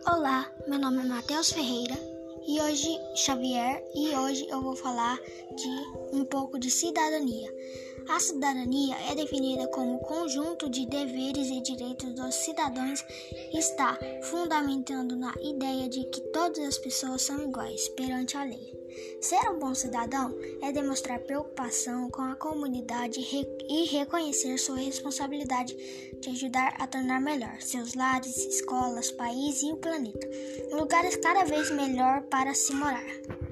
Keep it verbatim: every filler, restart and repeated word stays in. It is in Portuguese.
Olá, meu nome é Matheus Ferreira e hoje Xavier e hoje eu vou falar de um pouco de cidadania. A cidadania é definida como o conjunto de deveres e direitos dos cidadãos e está fundamentando na ideia de que todas as pessoas são iguais perante a lei. Ser um bom cidadão é demonstrar preocupação com a comunidade e reconhecer sua responsabilidade de ajudar a tornar melhor seus lares, escolas, país e o planeta, lugares cada vez melhor para se morar.